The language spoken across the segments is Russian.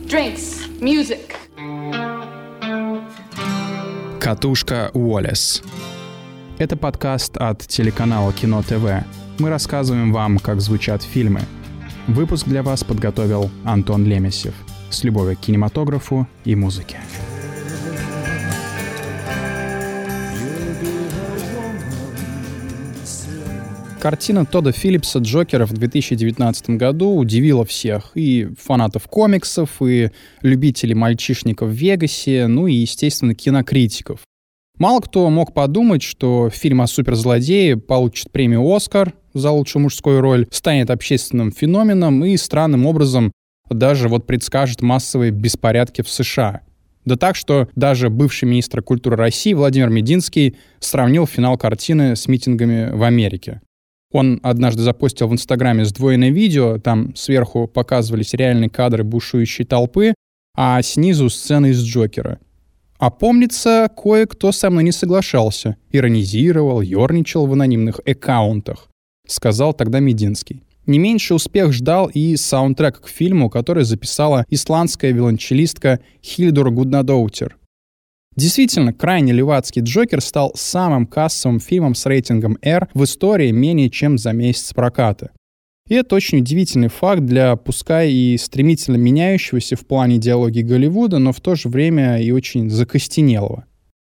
drinks, music. Катушка Уоллес. Это подкаст от телеканала Кино ТВ. Мы рассказываем вам, как звучат фильмы. Выпуск для вас подготовил Антон Лемесев. С любовью к кинематографу и музыке. Картина Тодда Филлипса «Джокера» в 2019 году удивила всех. И фанатов комиксов, и любителей мальчишников в Вегасе, ну и, естественно, кинокритиков. Мало кто мог подумать, что фильм о суперзлодее получит премию «Оскар» за лучшую мужскую роль, станет общественным феноменом и странным образом даже предскажет массовые беспорядки в США. Да так, что даже бывший министр культуры России Владимир Мединский сравнил финал картины с митингами в Америке. Он однажды запостил в Инстаграме сдвоенное видео, там сверху показывались реальные кадры бушующей толпы, а снизу сцены из «Джокера». А помнится, кое-кто со мной не соглашался, иронизировал, ерничал в анонимных аккаунтах, сказал тогда Мединский. Не меньше успех ждал и саундтрек к фильму, который записала исландская виолончелистка Хильdur Гуднадоутир. Действительно, крайне левацкий «Джокер» стал самым кассовым фильмом с рейтингом R в истории менее чем за месяц проката. И это очень удивительный факт для, пускай и стремительно меняющегося в плане идеологии Голливуда, но в то же время и очень закостенелого.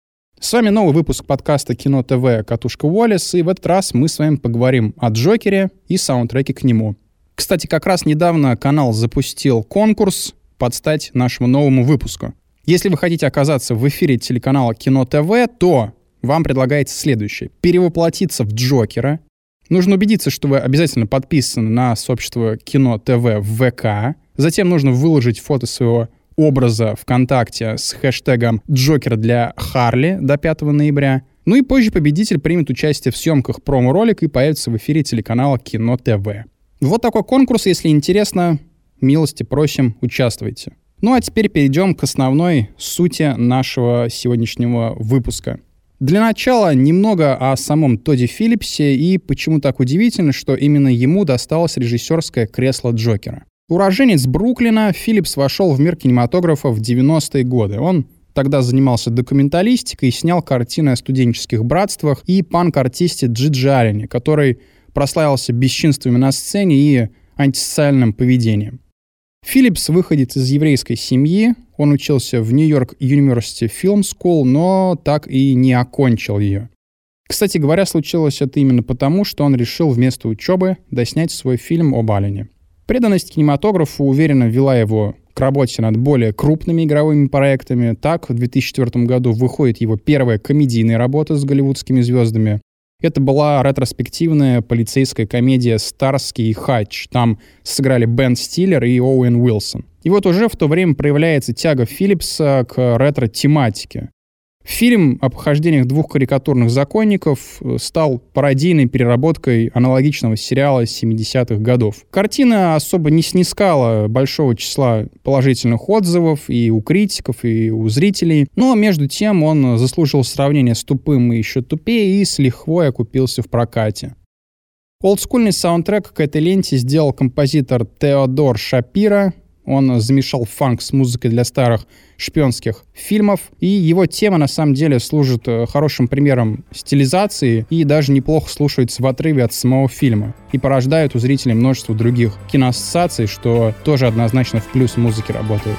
С вами новый выпуск подкаста Кино ТВ «Катушка Уоллес», и в этот раз мы с вами поговорим о «Джокере» и саундтреке к нему. Кстати, как раз недавно канал запустил конкурс под стать нашему новому выпуску. Если вы хотите оказаться в эфире телеканала Кино ТВ, то вам предлагается следующее. Перевоплотиться в Джокера. Нужно убедиться, что вы обязательно подписаны на сообщество Кино ТВ в ВК. Затем нужно выложить фото своего образа ВКонтакте с хэштегом «Джокер для Харли» до 5 ноября. Ну и позже победитель примет участие в съемках промо-ролика и появится в эфире телеканала Кино ТВ. Вот такой конкурс, если интересно, милости просим, участвуйте. Ну а теперь перейдем к основной сути нашего сегодняшнего выпуска. Для начала немного о самом Тодде Филлипсе и почему так удивительно, что именно ему досталось режиссерское кресло Джокера. Уроженец Бруклина, Филлипс вошел в мир кинематографа в 90-е годы. Он тогда занимался документалистикой и снял картины о студенческих братствах и панк-артисте Джиджи Аллене, который прославился бесчинствами на сцене и антисоциальным поведением. Филлипс выходец из еврейской семьи, он учился в Нью-Йорк University Film School, но так и не окончил ее. Кстати говоря, случилось это именно потому, что он решил вместо учебы доснять свой фильм об Аллене. Преданность кинематографу уверенно вела его к работе над более крупными игровыми проектами. Так, в 2004 году выходит его первая комедийная работа с голливудскими звездами. Это была ретроспективная полицейская комедия «Старский и Хатч». Там сыграли Бен Стиллер и Оуэн Уилсон. И вот уже в то время проявляется тяга Филлипса к ретро-тематике. Фильм о похождениях двух карикатурных законников стал пародийной переработкой аналогичного сериала 70-х годов. Картина особо не снискала большого числа положительных отзывов и у критиков, и у зрителей, но между тем он заслужил сравнение с «Тупым и еще тупее» и с лихвой окупился в прокате. Олдскульный саундтрек к этой ленте сделал композитор Теодор Шапира. Он замешал фанк с музыкой для старых шпионских фильмов, и его тема на самом деле служит хорошим примером стилизации и даже неплохо слушается в отрыве от самого фильма и порождает у зрителей множество других киноассоциаций, что тоже однозначно в плюс музыки работает.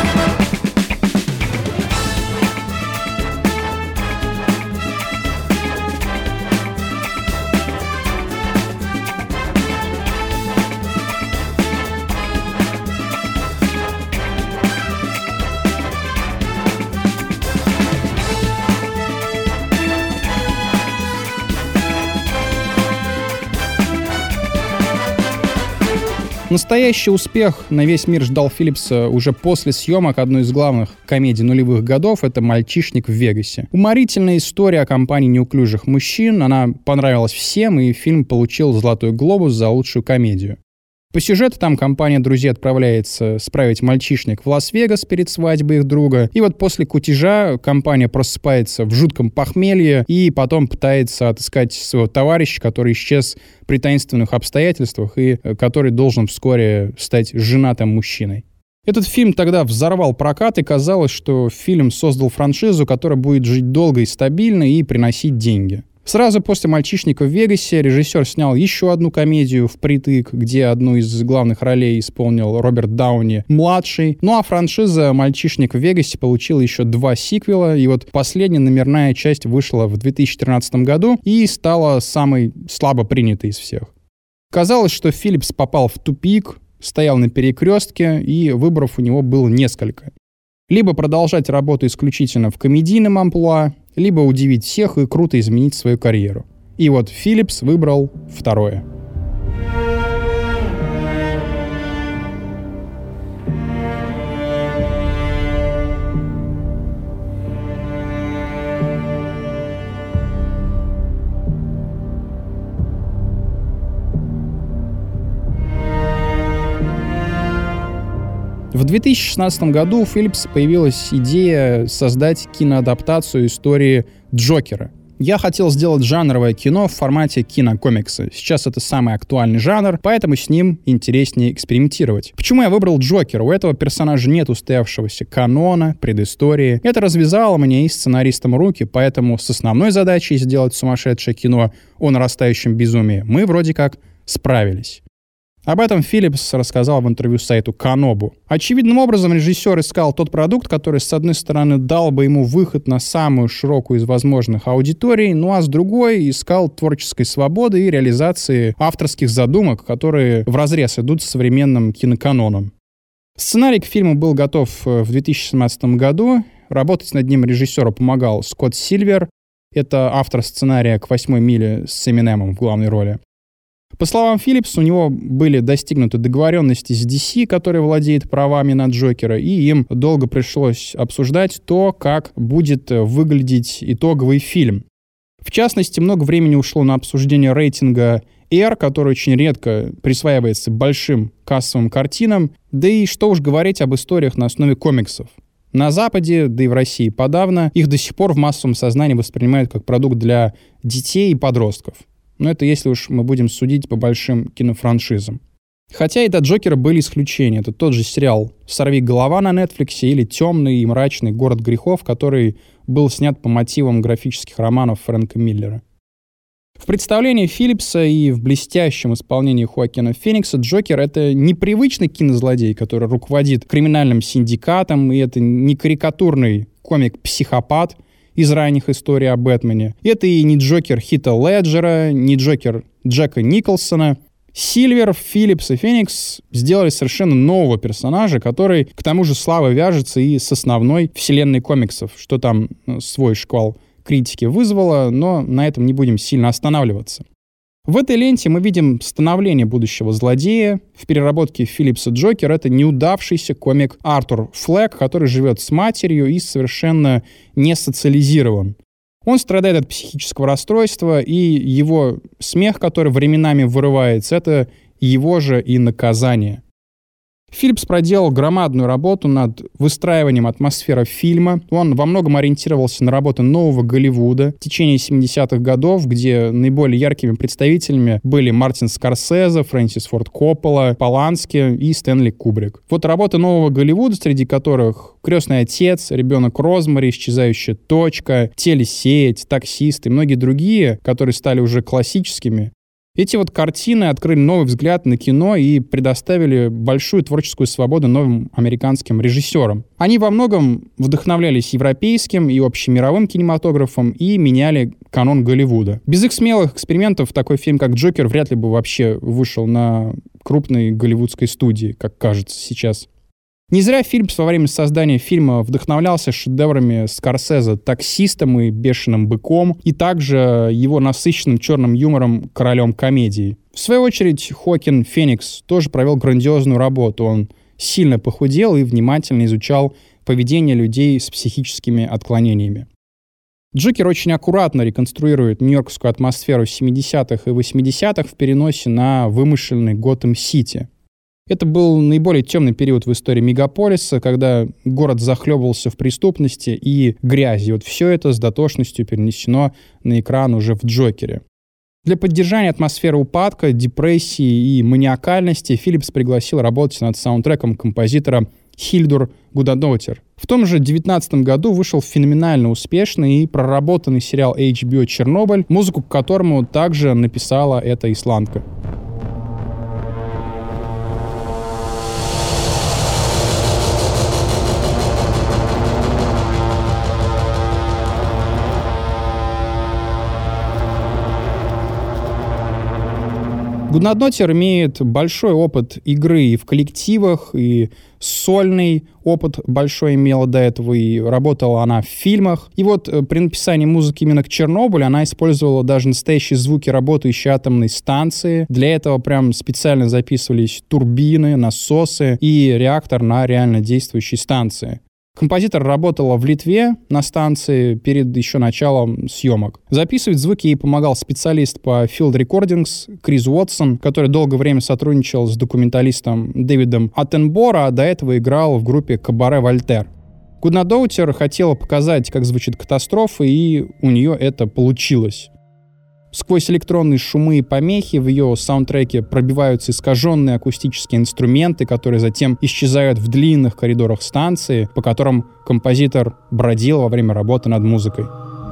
Настоящий успех на весь мир ждал Филлипса уже после съемок одной из главных комедий нулевых годов — это «Мальчишник в Вегасе». Уморительная история о компании неуклюжих мужчин, она понравилась всем, и фильм получил «Золотой глобус» за лучшую комедию. По сюжету там компания друзей отправляется справить мальчишник в Лас-Вегас перед свадьбой их друга. И вот после кутежа компания просыпается в жутком похмелье и потом пытается отыскать своего товарища, который исчез при таинственных обстоятельствах и который должен вскоре стать женатым мужчиной. Этот фильм тогда взорвал прокат, и казалось, что фильм создал франшизу, которая будет жить долго и стабильно и приносить деньги. Сразу после «Мальчишника в Вегасе» режиссер снял еще одну комедию «Впритык», где одну из главных ролей исполнил Роберт Дауни-младший. Ну а франшиза «Мальчишник в Вегасе» получила еще 2 сиквела, и вот последняя номерная часть вышла в 2013 году и стала самой слабо принятой из всех. Казалось, что Филлипс попал в тупик, стоял на перекрестке, и выборов у него было несколько. Либо продолжать работу исключительно в комедийном амплуа, либо удивить всех и круто изменить свою карьеру. И вот Филлипс выбрал второе. В 2016 году у Филлипса появилась идея создать киноадаптацию истории Джокера. Я хотел сделать жанровое кино в формате кинокомикса. Сейчас это самый актуальный жанр, поэтому с ним интереснее экспериментировать. Почему я выбрал Джокера? У этого персонажа нет устоявшегося канона, предыстории. Это развязало мне и сценаристам руки, поэтому с основной задачей сделать сумасшедшее кино о нарастающем безумии мы вроде как справились. Об этом Филлипс рассказал в интервью сайту Канобу. Очевидным образом режиссер искал тот продукт, который, с одной стороны, дал бы ему выход на самую широкую из возможных аудиторий, ну а с другой искал творческой свободы и реализации авторских задумок, которые вразрез идут с современным киноканоном. Сценарий к фильму был готов в 2017 году. Работать над ним режиссеру помогал Скотт Сильвер. Это автор сценария к «8 миле» с Эминемом в главной роли. По словам Филлипса, у него были достигнуты договоренности с DC, который владеет правами на Джокера, и им долго пришлось обсуждать то, как будет выглядеть итоговый фильм. В частности, много времени ушло на обсуждение рейтинга R, который очень редко присваивается большим кассовым картинам, да и что уж говорить об историях на основе комиксов. На Западе, да и в России подавно, их до сих пор в массовом сознании воспринимают как продукт для детей и подростков. Но это если уж мы будем судить по большим кинофраншизам. Хотя и до Джокера были исключения. Это тот же сериал «Сорви голова» на Netflix или «Темный и мрачный город грехов», который был снят по мотивам графических романов Фрэнка Миллера. В представлении Филлипса и в блестящем исполнении Хоакина Феникса Джокер — это непривычный кинозлодей, который руководит криминальным синдикатом, и это не карикатурный комик-психопат из ранних историй о Бэтмене. Это и не Джокер Хита Леджера, не Джокер Джека Николсона. Сильвер, Филлипс и Феникс сделали совершенно нового персонажа, который, к тому же, слабо вяжется и с основной вселенной комиксов, что там свой шквал критики вызвало, но на этом не будем сильно останавливаться. В этой ленте мы видим становление будущего злодея. В переработке Филлипса Джокер — это неудавшийся комик Артур Флек, который живет с матерью и совершенно не социализирован. Он страдает от психического расстройства, и его смех, который временами вырывается, это его же и наказание. Филлипс проделал громадную работу над выстраиванием атмосферы фильма. Он во многом ориентировался на работы нового Голливуда в течение 70-х годов, где наиболее яркими представителями были Мартин Скорсезе, Фрэнсис Форд Коппола, Полански и Стэнли Кубрик. Вот работы нового Голливуда, среди которых «Крестный отец», «Ребенок Розмари», «Исчезающая точка», «Телесеть», «Таксист» и многие другие, которые стали уже классическими. Эти вот картины открыли новый взгляд на кино и предоставили большую творческую свободу новым американским режиссерам. Они во многом вдохновлялись европейским и общемировым кинематографом и меняли канон Голливуда. Без их смелых экспериментов такой фильм, как «Джокер», вряд ли бы вообще вышел на крупной голливудской студии, как кажется сейчас. Не зря Филлипс во время создания фильма вдохновлялся шедеврами Скорсезе «Таксистом» и «Бешеным быком», и также его насыщенным черным юмором «Королем комедии». В свою очередь, Хоакин Феникс тоже провел грандиозную работу. Он сильно похудел и внимательно изучал поведение людей с психическими отклонениями. Джокер очень аккуратно реконструирует нью-йоркскую атмосферу 70-х и 80-х в переносе на вымышленный Готэм-Сити. Это был наиболее темный период в истории мегаполиса, когда город захлебывался в преступности и грязи. Вот все это с дотошностью перенесено на экран уже в «Джокере». Для поддержания атмосферы упадка, депрессии и маниакальности Филлипс пригласил работать над саундтреком композитора Hildur Guðnadóttir. В том же 2019 году вышел феноменально успешный и проработанный сериал HBO «Чернобыль», музыку к которому также написала эта исландка. Guðnadóttir имеет большой опыт игры и в коллективах, и сольный опыт большой имела до этого, и работала она в фильмах. И вот при написании музыки именно к Чернобылю она использовала даже настоящие звуки работающей атомной станции. Для этого прям специально записывались турбины, насосы и реактор на реально действующей станции. Композитор работала в Литве на станции перед еще началом съемок. Записывать звуки ей помогал специалист по Field Recordings Крис Уотсон, который долгое время сотрудничал с документалистом Дэвидом Аттенборо, а до этого играл в группе Кабаре Вольтер. Guðnadóttir хотела показать, как звучит катастрофа, и у нее это получилось. Сквозь электронные шумы и помехи в ее саундтреке пробиваются искаженные акустические инструменты, которые затем исчезают в длинных коридорах станции, по которым композитор бродил во время работы над музыкой.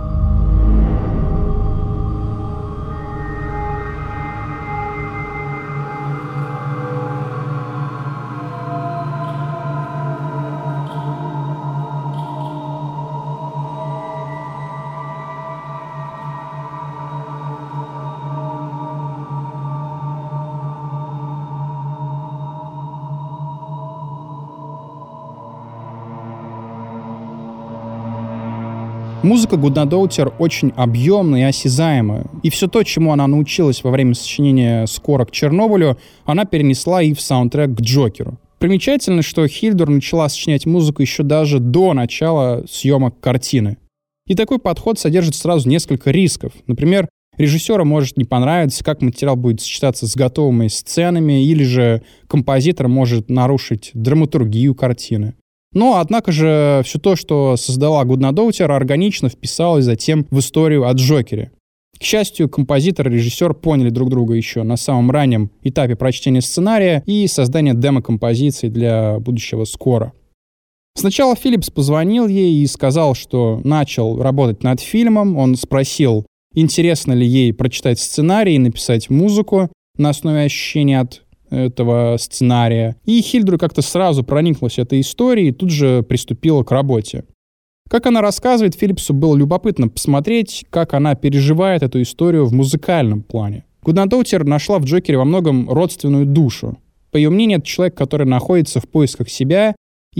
Музыка Guðnadóttir очень объемная и осязаемая. И все то, чему она научилась во время сочинения скора к Чернобылю, она перенесла и в саундтрек к Джокеру. Примечательно, что Хильдур начала сочинять музыку еще даже до начала съемок картины. И такой подход содержит сразу несколько рисков. Например, режиссеру может не понравиться, как материал будет сочетаться с готовыми сценами, или же композитор может нарушить драматургию картины. Но, однако же, все то, что создала Guðnadóttir, органично вписалось затем в историю о Джокере. К счастью, композитор и режиссер поняли друг друга еще на самом раннем этапе прочтения сценария и создания демо-композиций для будущего скора. Сначала Филлипс позвонил ей и сказал, что начал работать над фильмом. Он спросил, интересно ли ей прочитать сценарий и написать музыку на основе ощущений от этого сценария. И Хильдур как-то сразу прониклась этой историей и тут же приступила к работе. Как она рассказывает, Филлипсу было любопытно посмотреть, как она переживает эту историю в музыкальном плане. Guðnadóttir нашла в Джокере во многом родственную душу. По ее мнению, это человек, который находится в поисках себя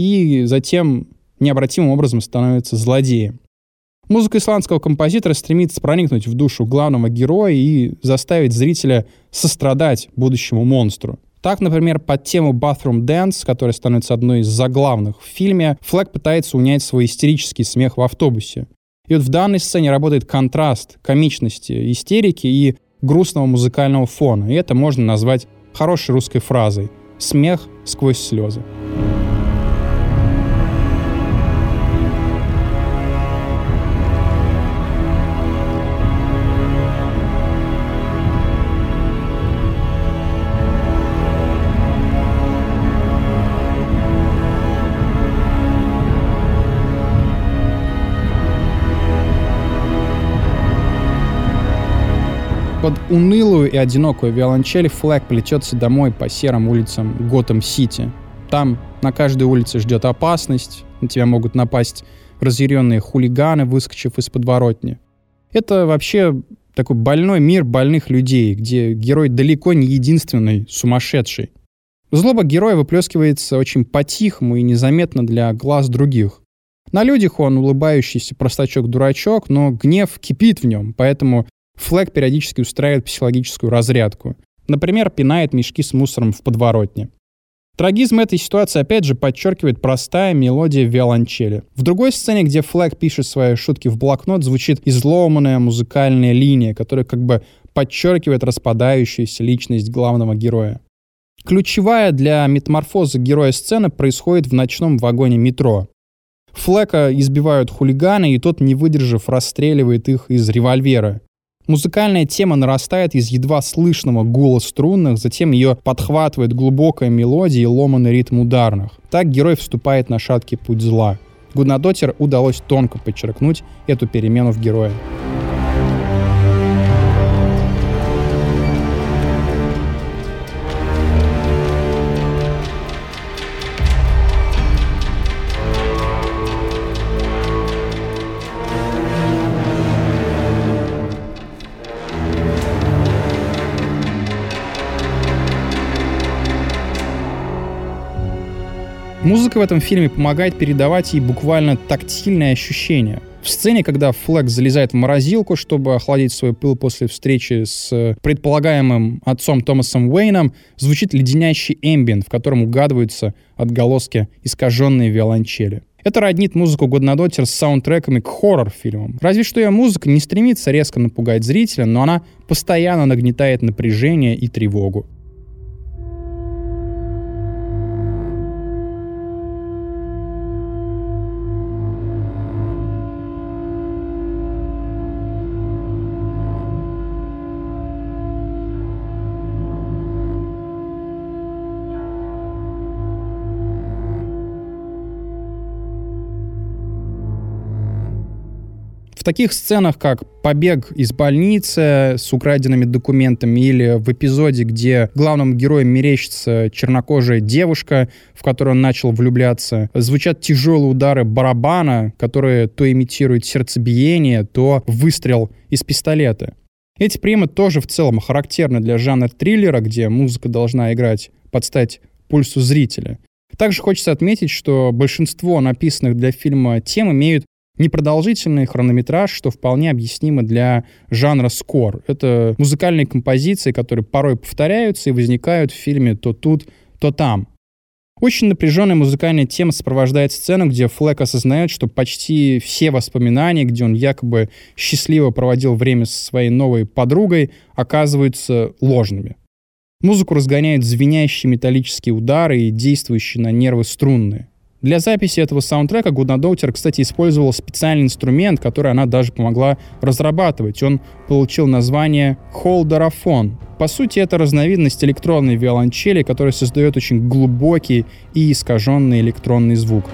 и затем необратимым образом становится злодеем. Музыка исландского композитора стремится проникнуть в душу главного героя и заставить зрителя сострадать будущему монстру. Так, например, под тему Bathroom Dance, которая становится одной из заглавных в фильме, Флэг пытается унять свой истерический смех в автобусе. И вот в данной сцене работает контраст комичности, истерики и грустного музыкального фона. И это можно назвать хорошей русской фразой «смех сквозь слезы». Под унылую и одинокую виолончель Флэг плетется домой по серым улицам Готэм-Сити. Там на каждой улице ждет опасность, на тебя могут напасть разъяренные хулиганы, выскочив из подворотни. Это вообще такой больной мир больных людей, где герой далеко не единственный сумасшедший. Злоба героя выплескивается очень по-тихому и незаметно для глаз других. На людях он улыбающийся простачок-дурачок, но гнев кипит в нем, поэтому Флэг периодически устраивает психологическую разрядку. Например, пинает мешки с мусором в подворотне. Трагизм этой ситуации опять же подчеркивает простая мелодия виолончели. В другой сцене, где Флэг пишет свои шутки в блокнот, звучит изломанная музыкальная линия, которая как бы подчеркивает распадающуюся личность главного героя. Ключевая для метаморфозы героя сцена происходит в ночном вагоне метро. Флэга избивают хулиганы, и тот, не выдержав, расстреливает их из револьвера. Музыкальная тема нарастает из едва слышного гула струнных, затем ее подхватывает глубокая мелодия и ломаный ритм ударных. Так герой вступает на шаткий путь зла. Гуднадотир удалось тонко подчеркнуть эту перемену в герое. Музыка в этом фильме помогает передавать ей буквально тактильные ощущения. В сцене, когда Флэк залезает в морозилку, чтобы охладить свой пыл после встречи с предполагаемым отцом Томасом Уэйном, звучит леденящий эмбиент, в котором угадываются отголоски искаженной виолончели. Это роднит музыку Гуднадотир с саундтреками к хоррор-фильмам. Разве что ее музыка не стремится резко напугать зрителя, но она постоянно нагнетает напряжение и тревогу. В таких сценах, как побег из больницы с украденными документами или в эпизоде, где главному герою мерещится чернокожая девушка, в которую он начал влюбляться, звучат тяжелые удары барабана, которые то имитируют сердцебиение, то выстрел из пистолета. Эти приемы тоже в целом характерны для жанра триллера, где музыка должна играть под стать пульсу зрителя. Также хочется отметить, что большинство написанных для фильма тем имеют непродолжительный хронометраж, что вполне объяснимо для жанра скор. Это музыкальные композиции, которые порой повторяются и возникают в фильме то тут, то там. Очень напряженная музыкальная тема сопровождает сцену, где Флэк осознает, что почти все воспоминания, где он якобы счастливо проводил время со своей новой подругой, оказываются ложными. Музыку разгоняют звенящие металлические удары и действующие на нервы струнные. Для записи этого саундтрека Гуднадотир, кстати, использовал специальный инструмент, который она даже помогла разрабатывать. Он получил название холдерофон. По сути, это разновидность электронной виолончели, которая создает очень глубокий и искаженный электронный звук.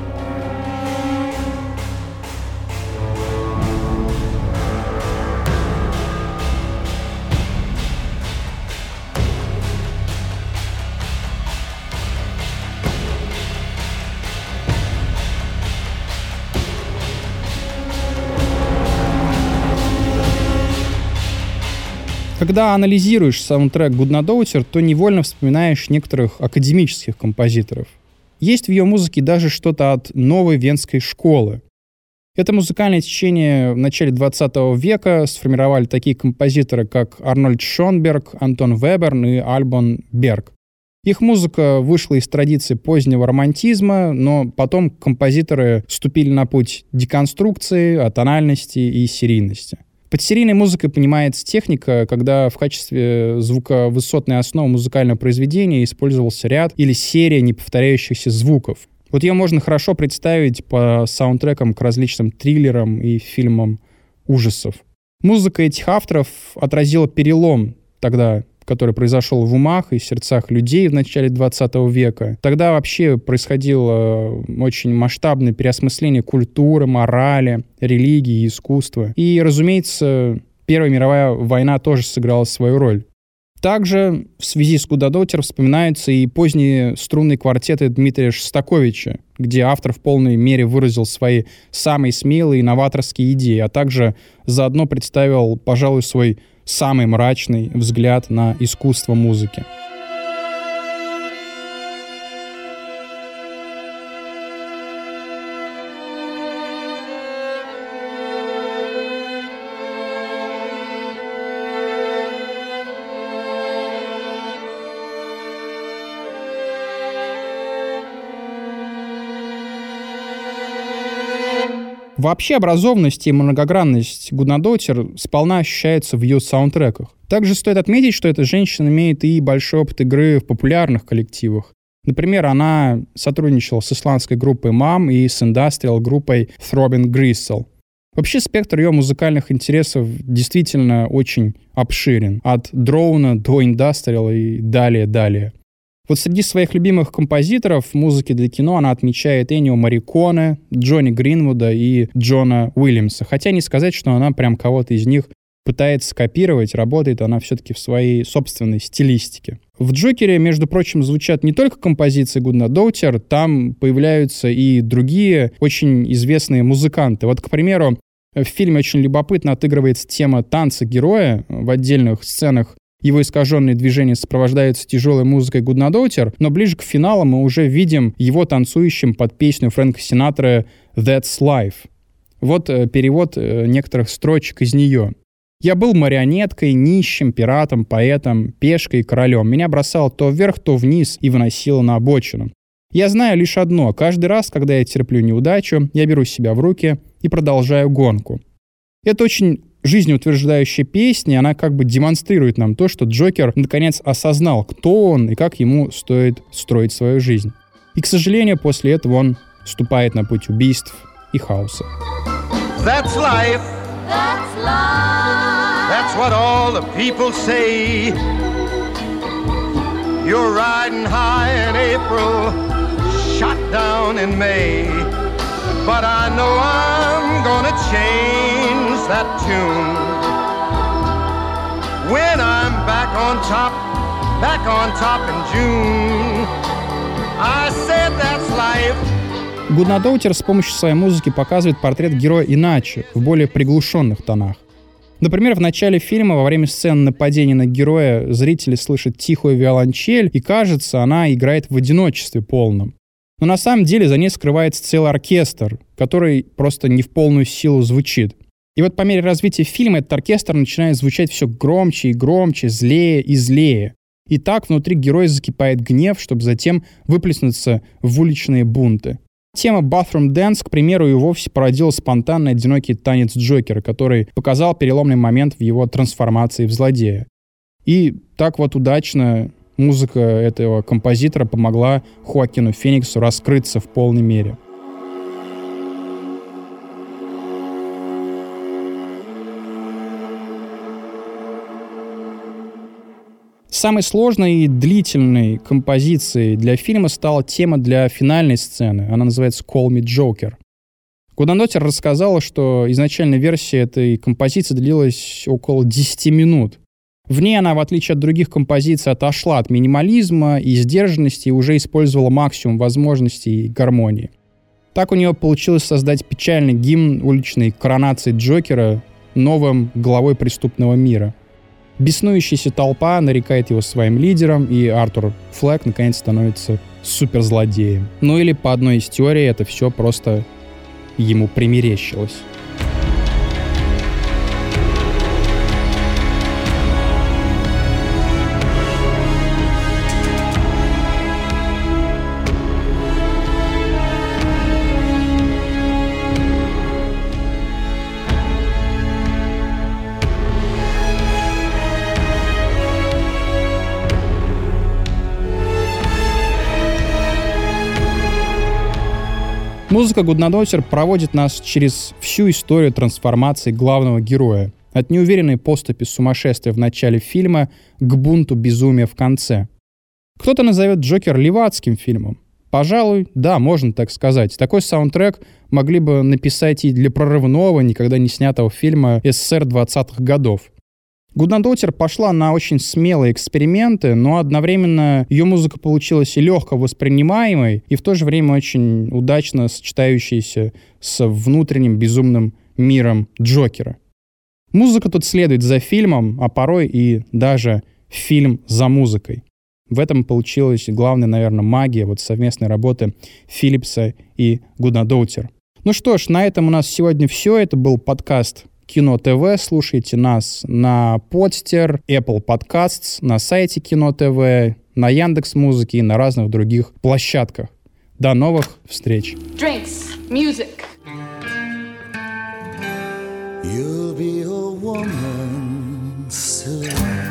Когда анализируешь саундтрек Гуднадотир, то невольно вспоминаешь некоторых академических композиторов. Есть в ее музыке даже что-то от новой венской школы. Это музыкальное течение в начале 20 века сформировали такие композиторы, как Арнольд Шонберг, Антон Веберн и Альбон Берг. Их музыка вышла из традиции позднего романтизма, но потом композиторы вступили на путь деконструкции, атональности и серийности. Под серийной музыкой понимается техника, когда в качестве звуковысотной основы музыкального произведения использовался ряд или серия неповторяющихся звуков. Вот ее можно хорошо представить по саундтрекам к различным триллерам и фильмам ужасов. Музыка этих авторов отразила перелом тогда, который произошел в умах и сердцах людей в начале 20 века. Тогда вообще происходило очень масштабное переосмысление культуры, морали, религии и искусства. И, разумеется, Первая мировая война тоже сыграла свою роль. Также в связи с Гуднадотир вспоминаются и поздние струнные квартеты Дмитрия Шостаковича, где автор в полной мере выразил свои самые смелые и новаторские идеи, а также заодно представил, пожалуй, свой самый мрачный взгляд на искусство музыки. Вообще образованность и многогранность Гуднадотир сполна ощущается в ее саундтреках. Также стоит отметить, что эта женщина имеет и большой опыт игры в популярных коллективах. Например, она сотрудничала с исландской группой MAM и с индастриал-группой Throbbing Gristle. Вообще спектр ее музыкальных интересов действительно очень обширен. От дроуна до индастриала и далее. Вот среди своих любимых композиторов музыки для кино она отмечает Эннио Морриконе, Джонни Гринвуда и Джона Уильямса. Хотя не сказать, что она прям кого-то из них пытается копировать, работает она все-таки в своей собственной стилистике. В «Джокере», между прочим, звучат не только композиции Гудна Доутер, там появляются и другие очень известные музыканты. Вот, к примеру, в фильме очень любопытно отыгрывается тема танца героя. В отдельных сценах его искаженные движения сопровождаются тяжелой музыкой Гудна Доутер, но ближе к финалу мы уже видим его танцующим под песню Фрэнка Синатры «That's Life». Вот перевод некоторых строчек из нее. «Я был марионеткой, нищим, пиратом, поэтом, пешкой, королем. Меня бросало то вверх, то вниз и выносило на обочину. Я знаю лишь одно. Каждый раз, когда я терплю неудачу, я беру себя в руки и продолжаю гонку». Это очень жизнеутверждающая песня, она как бы демонстрирует нам то, что Джокер наконец осознал, кто он и как ему стоит строить свою жизнь. И, к сожалению, после этого он вступает на путь убийств и хаоса. That's life. That's life. That's what all the people say. You're riding high in April, shot down in May. But I know I'm gonna change that tune when I'm back on top in June. I said that's life. Гудна Доутер с помощью своей музыки показывает портрет героя иначе, в более приглушенных тонах. Например, в начале фильма, во время сцены нападения на героя, зрители слышат тихую виолончель, и кажется, она играет в одиночестве полном. Но на самом деле за ней скрывается целый оркестр, который просто не в полную силу звучит. И вот по мере развития фильма этот оркестр начинает звучать все громче и громче, злее и злее. И так внутри героя закипает гнев, чтобы затем выплеснуться в уличные бунты. Тема Bathroom Dance, к примеру, и вовсе породила спонтанный одинокий танец Джокера, который показал переломный момент в его трансформации в злодея. И так вот удачно музыка этого композитора помогла Хоакину Фениксу раскрыться в полной мере. Самой сложной и длительной композицией для фильма стала тема для финальной сцены. Она называется «Call Me Joker». Гудна Доутер рассказала, что изначальная версия этой композиции длилась около 10 минут. В ней она, в отличие от других композиций, отошла от минимализма и сдержанности и уже использовала максимум возможностей и гармонии. Так у нее получилось создать печальный гимн уличной коронации Джокера новым главой преступного мира. Беснующаяся толпа нарекает его своим лидером, и Артур Флек наконец становится суперзлодеем. Ну или по одной из теорий это все просто ему примерещилось. Музыка Гудна Доутер проводит нас через всю историю трансформации главного героя. От неуверенной поступи сумасшествия в начале фильма к бунту безумия в конце. Кто-то назовет «Джокер» левацким фильмом. Пожалуй, да, можно так сказать. Такой саундтрек могли бы написать и для прорывного, никогда не снятого фильма СССР 20-х годов. Гудна Доутер пошла на очень смелые эксперименты, но одновременно ее музыка получилась и легко воспринимаемой, и в то же время очень удачно сочетающейся с внутренним безумным миром Джокера. Музыка тут следует за фильмом, а порой и даже фильм за музыкой. В этом получилась главная, наверное, магия вот совместной работы Филлипса и Гудна Доутер. Ну что ж, на этом у нас сегодня все. Это был подкаст Кино ТВ. Слушайте нас на Podster, Apple Podcasts, на сайте Кино ТВ, на Яндекс.Музыке и на разных других площадках. До новых встреч. Drinks, music. You'll be a woman soon.